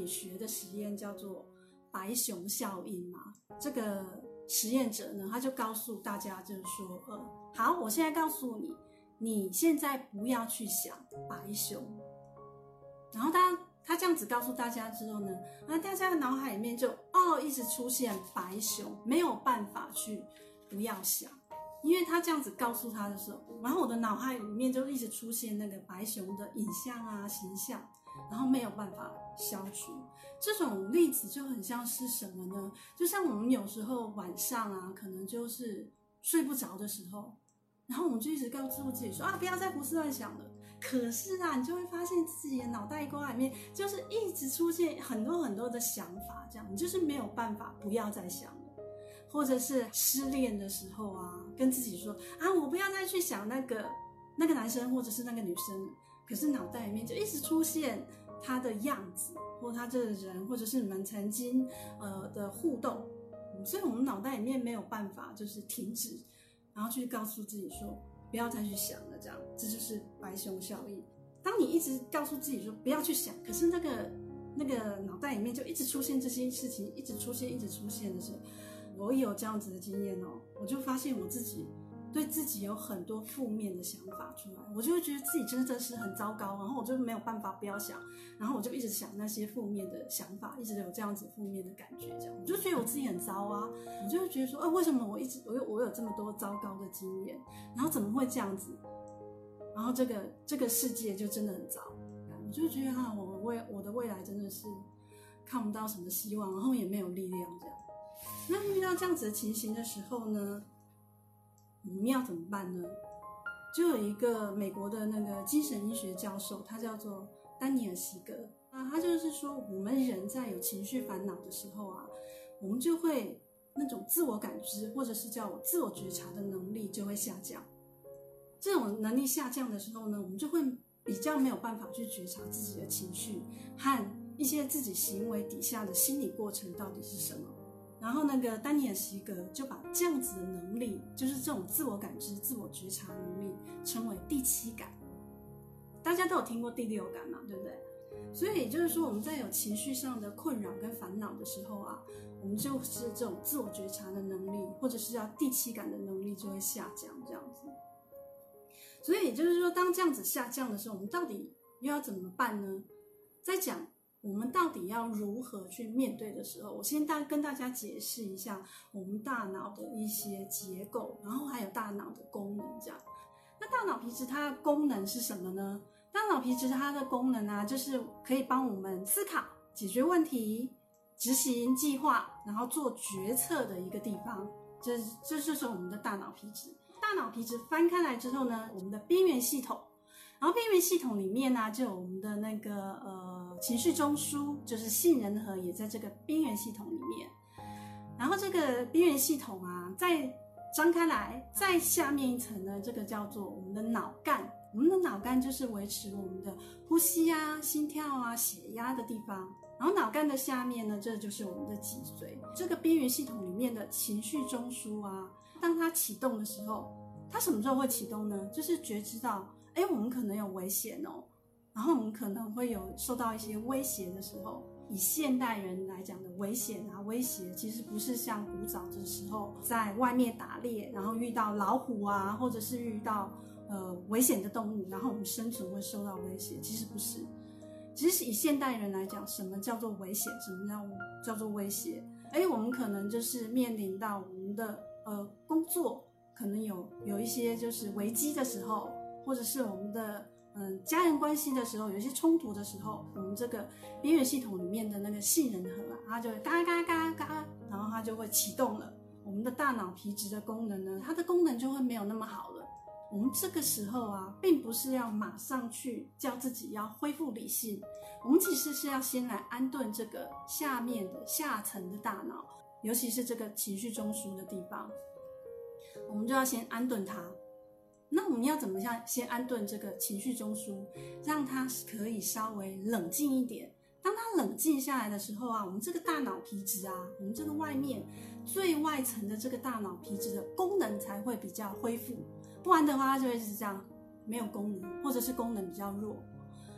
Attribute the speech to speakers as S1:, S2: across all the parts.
S1: 学的实验叫做白熊效应嘛。这个实验者呢，他就告诉大家，就是说，好，我现在告诉你，你现在不要去想白熊。然后他这样子告诉大家之后呢，大家的脑海里面就一直出现白熊，没有办法去不要想。因为他这样子告诉他的时候，然后我的脑海里面就一直出现那个白熊的影像啊、形象，然后没有办法消除。这种例子就很像是什么呢？就像我们有时候晚上啊，可能就是睡不着的时候，然后我们就一直告诉自己说不要再胡思乱想了。可是啊，你就会发现自己的脑袋瓜里面就是一直出现很多很多的想法，这样你就是没有办法不要再想了。或者是失恋的时候啊，跟自己说我不要再去想那个男生或者是那个女生了，可是脑袋里面就一直出现他的样子，或他这个人，或者是你们曾经的互动，所以我们脑袋里面没有办法就是停止，然后去告诉自己说不要再去想了，这样这就是白熊效应。当你一直告诉自己说不要去想，可是那个脑袋里面就一直出现这些事情，一直出现的时候，我有这样子的经验我就发现我自己对自己有很多负面的想法出来，我就会觉得自己真的是很糟糕，然后我就没有办法不要想，然后我就一直想那些负面的想法，一直有这样子负面的感觉，这样我就觉得我自己很糟啊，我就会觉得说为什么我有这么多糟糕的经验，然后怎么会这样子，然后这个世界就真的很糟，我就觉得我的未来真的是看不到什么希望，然后也没有力量这样。那遇到这样子的情形的时候呢，我们要怎么办呢？就有一个美国的那个精神医学教授，他叫做丹尼尔·席格，他就是说我们人在有情绪烦恼的时候啊，我们就会那种自我感知或者是叫我自我觉察的能力就会下降。这种能力下降的时候呢，我们就会比较没有办法去觉察自己的情绪和一些自己行为底下的心理过程到底是什么。然后那个丹尼尔·席格就把这样子的能力，就是这种自我感知、自我觉察能力，称为第七感。大家都有听过第六感嘛，对不对？所以也就是说，我们在有情绪上的困扰跟烦恼的时候啊，我们就是这种自我觉察的能力，或者是叫第七感的能力就会下降，这样子。所以也就是说，当这样子下降的时候，我们到底又要怎么办呢？在讲我们到底要如何去面对的时候，我先跟大家解释一下我们大脑的一些结构，然后还有大脑的功能这样。那大脑皮质它的功能是什么呢？大脑皮质它的功能啊，就是可以帮我们思考、解决问题、执行计划，然后做决策的一个地方。这就是我们的大脑皮质。大脑皮质翻开来之后呢，我们的边缘系统，然后边缘系统里面呢，就有我们的那个情绪中枢，就是杏仁核也在这个边缘系统里面。然后这个边缘系统啊，再张开来，再下面一层呢，这个叫做我们的脑干。我们的脑干就是维持我们的呼吸啊、心跳啊、血压的地方。然后脑干的下面呢，这就是我们的脊髓。这个边缘系统里面的情绪中枢啊，当它启动的时候，它什么时候会启动呢？就是觉知到我们可能有危险哦，然后我们可能会有受到一些威胁的时候。以现代人来讲的危险啊、威胁，其实不是像古早的时候在外面打猎，然后遇到老虎啊，或者是遇到危险的动物，然后我们生存会受到威胁，其实不是。其实以现代人来讲，什么叫做危险？什么叫做威胁？我们可能就是面临到我们的工作可能有一些就是危机的时候，或者是我们的家人关系的时候，有一些冲突的时候，我们这个边缘系统里面的那个杏仁核啊，它就会嘎嘎嘎嘎，然后它就会启动了。我们的大脑皮质的功能呢，它的功能就会没有那么好了。我们这个时候啊，并不是要马上去叫自己要恢复理性，我们其实是要先来安顿这个下面的下层的大脑，尤其是这个情绪中枢的地方，我们就要先安顿它。那我们要怎么样先安顿这个情绪中枢，让它可以稍微冷静一点？当它冷静下来的时候啊，我们这个大脑皮质啊，我们这个外面最外层的这个大脑皮质的功能才会比较恢复，不然的话它就会是这样没有功能，或者是功能比较弱。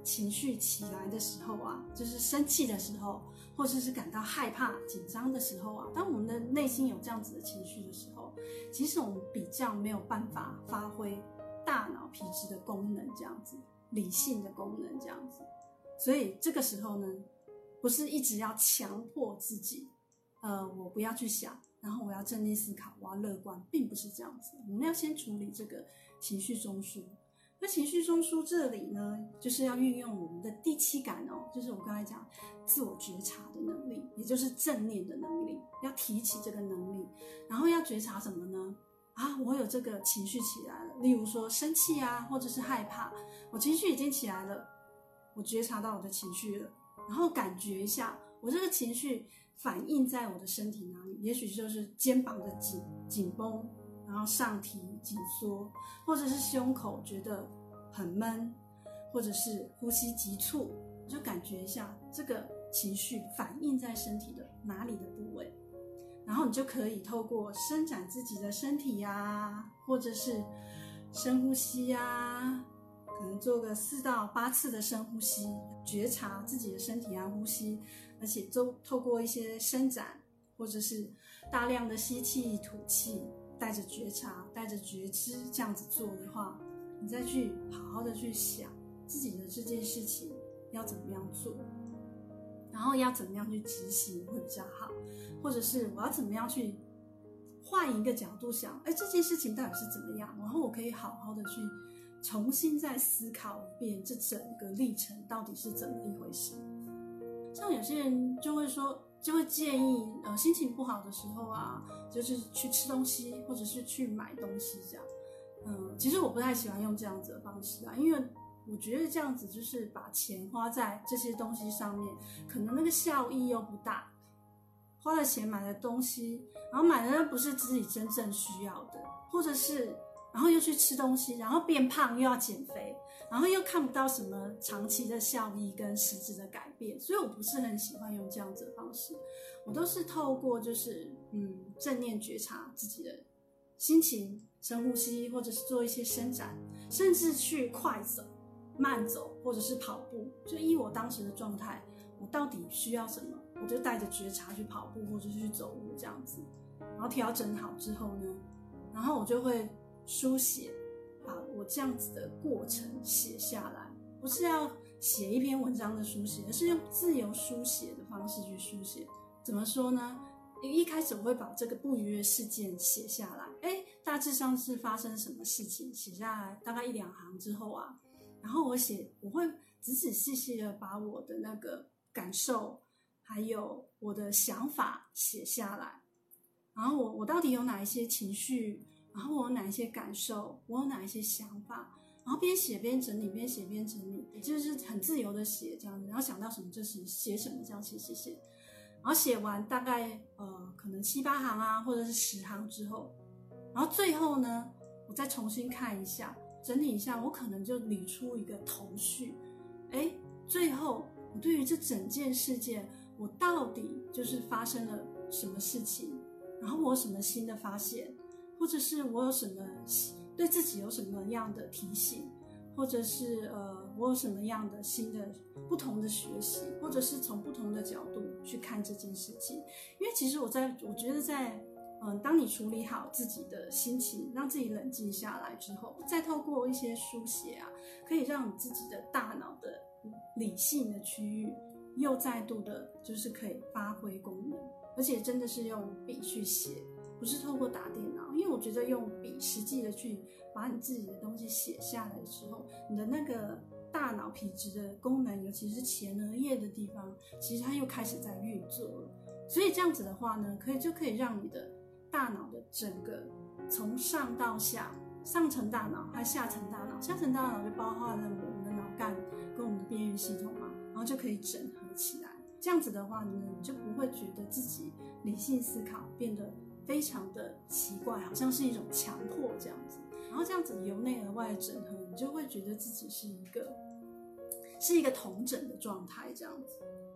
S1: 情绪起来的时候啊，就是生气的时候，或者是感到害怕、紧张的时候啊，当我们的内心有这样子的情绪的时候，其实我们比较没有办法发挥大脑皮质的功能，这样子理性的功能这样子。所以这个时候呢，不是一直要强迫自己，我不要去想，然后我要正念思考，我要乐观，并不是这样子。我们要先处理这个情绪中枢。那情绪中枢这里呢，就是要运用我们的第七感哦，就是我刚才讲自我觉察的能力，也就是正念的能力，要提起这个能力，然后要觉察什么呢？我有这个情绪起来了，例如说生气啊，或者是害怕，我情绪已经起来了，我觉察到我的情绪了，然后感觉一下我这个情绪反映在我的身体哪里，也许就是肩膀的紧绷，然后上提紧缩，或者是胸口觉得很闷，或者是呼吸急促，我就感觉一下这个情绪反映在身体的哪里的部位，然后你就可以透过伸展自己的身体啊，或者是深呼吸啊，可能做个4到8次的深呼吸，觉察自己的身体和呼吸，而且透过一些伸展或者是大量的吸气吐气，带着觉察带着觉知这样子做的话，你再去好好的去想自己的这件事情要怎么样做，然后要怎么样去执行会比较好，或者是我要怎么样去换一个角度想，这件事情到底是怎么样，然后我可以好好的去重新再思考一遍这整个历程到底是怎么一回事。像有些人就会说，就会建议心情不好的时候啊，就是去吃东西或者是去买东西这样。其实我不太喜欢用这样子的方式啊，因为我觉得这样子就是把钱花在这些东西上面，可能那个效益又不大，花了钱买的东西，然后买的又不是自己真正需要的，或者是然后又去吃东西，然后变胖又要减肥，然后又看不到什么长期的效益跟实质的改变，所以我不是很喜欢用这样子的方式。我都是透过就是正念觉察自己的心情，深呼吸，或者是做一些伸展，甚至去快走、慢走，或者是跑步，就依我当时的状态，我到底需要什么，我就带着觉察去跑步或者是去走路这样子，然后调整好之后呢，然后我就会书写，把我这样子的过程写下来，不是要写一篇文章的书写，而是用自由书写的方式去书写。怎么说呢？一开始我会把这个不愉悦事件写下来，大致上是发生什么事情，写下来大概1-2行之后啊，然后我会仔仔细细的把我的那个感受还有我的想法写下来，然后我到底有哪一些情绪，然后我有哪一些感受，我有哪一些想法，然后边写边整理，边写边整理，就是很自由的写这样子，然后想到什么就写什么，这样写，然后写完大概可能7-8行啊，或者是10行之后，然后最后呢，我再重新看一下，整理一下，我可能就理出一个头绪。最后我对于这整件事件，我到底就是发生了什么事情，然后我有什么新的发现，或者是我有什么对自己有什么样的提醒，或者是我有什么样的新的不同的学习，或者是从不同的角度去看这件事情。因为其实我觉得在当你处理好自己的心情，让自己冷静下来之后，再透过一些书写啊，可以让你自己的大脑的理性的区域又再度的就是可以发挥功能，而且真的是用笔去写，不是透过打电脑。因为我觉得用笔实际的去把你自己的东西写下来之后，你的那个大脑皮质的功能，尤其是前额叶的地方，其实它又开始在运作了。所以这样子的话呢，就可以让你的大脑的整个从上到下，上层大脑和下层大脑，下层大脑就包含了我们的脑干跟我们的边缘系统嘛，然后就可以整合起来。这样子的话呢，你就不会觉得自己理性思考变得非常的奇怪，好像是一种强迫这样子。然后这样子由内而外的整合，你就会觉得自己是一个统整的状态这样子。